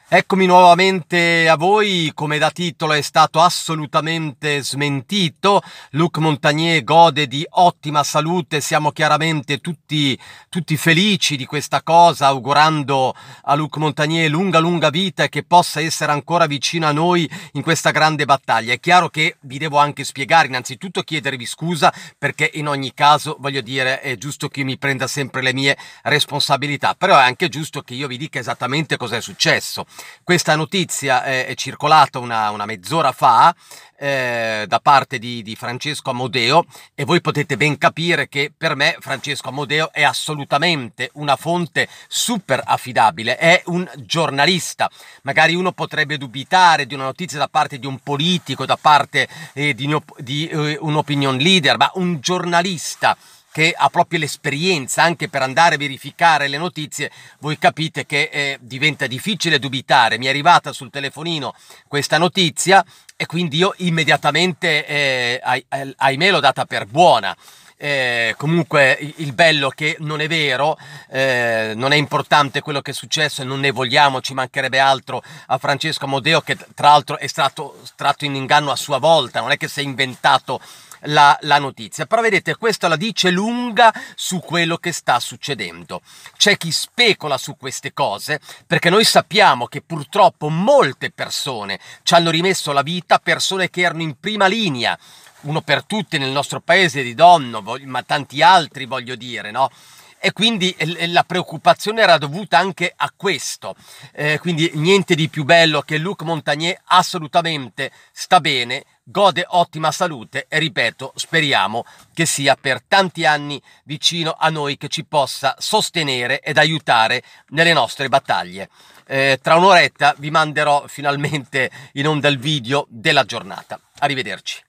Eccomi nuovamente a voi. Come da titolo è stato assolutamente smentito. Luc Montagnier gode di ottima salute, siamo chiaramente tutti felici di questa cosa, augurando a Luc Montagnier lunga vita e che possa essere ancora vicino a noi in questa grande battaglia. È chiaro che vi devo anche spiegare, innanzitutto chiedervi scusa, perché in ogni caso, voglio dire, è giusto che io mi prenda sempre le mie responsabilità, però è anche giusto che io vi dica esattamente cosa è successo. Questa notizia è circolata una mezz'ora fa da parte di Francesco Amodeo, e voi potete ben capire che per me Francesco Amodeo è assolutamente una fonte super affidabile, è un giornalista. Magari uno potrebbe dubitare di una notizia da parte di un politico, da parte di un opinion leader, ma un giornalista che ha proprio l'esperienza anche per andare a verificare le notizie, voi capite che diventa difficile dubitare. Mi è arrivata sul telefonino questa notizia e quindi io immediatamente, ahimè, l'ho data per buona. Comunque il bello che non è vero, non è importante quello che è successo e non ne vogliamo, ci mancherebbe altro a Francesco Amodeo, che tra l'altro è stato tratto in inganno a sua volta, non è che si è inventato la notizia. Però vedete, questo la dice lunga su quello che sta succedendo. C'è chi specula su queste cose perché noi sappiamo che purtroppo molte persone ci hanno rimesso la vita, persone che erano in prima linea, uno per tutti nel nostro paese di Donno, ma tanti altri, voglio dire, no? E quindi la preoccupazione era dovuta anche a questo. Quindi niente di più bello che Luc Montagnier assolutamente sta bene, gode ottima salute e, ripeto, speriamo che sia per tanti anni vicino a noi, che ci possa sostenere ed aiutare nelle nostre battaglie. Tra un'oretta vi manderò finalmente in onda il video della giornata. Arrivederci.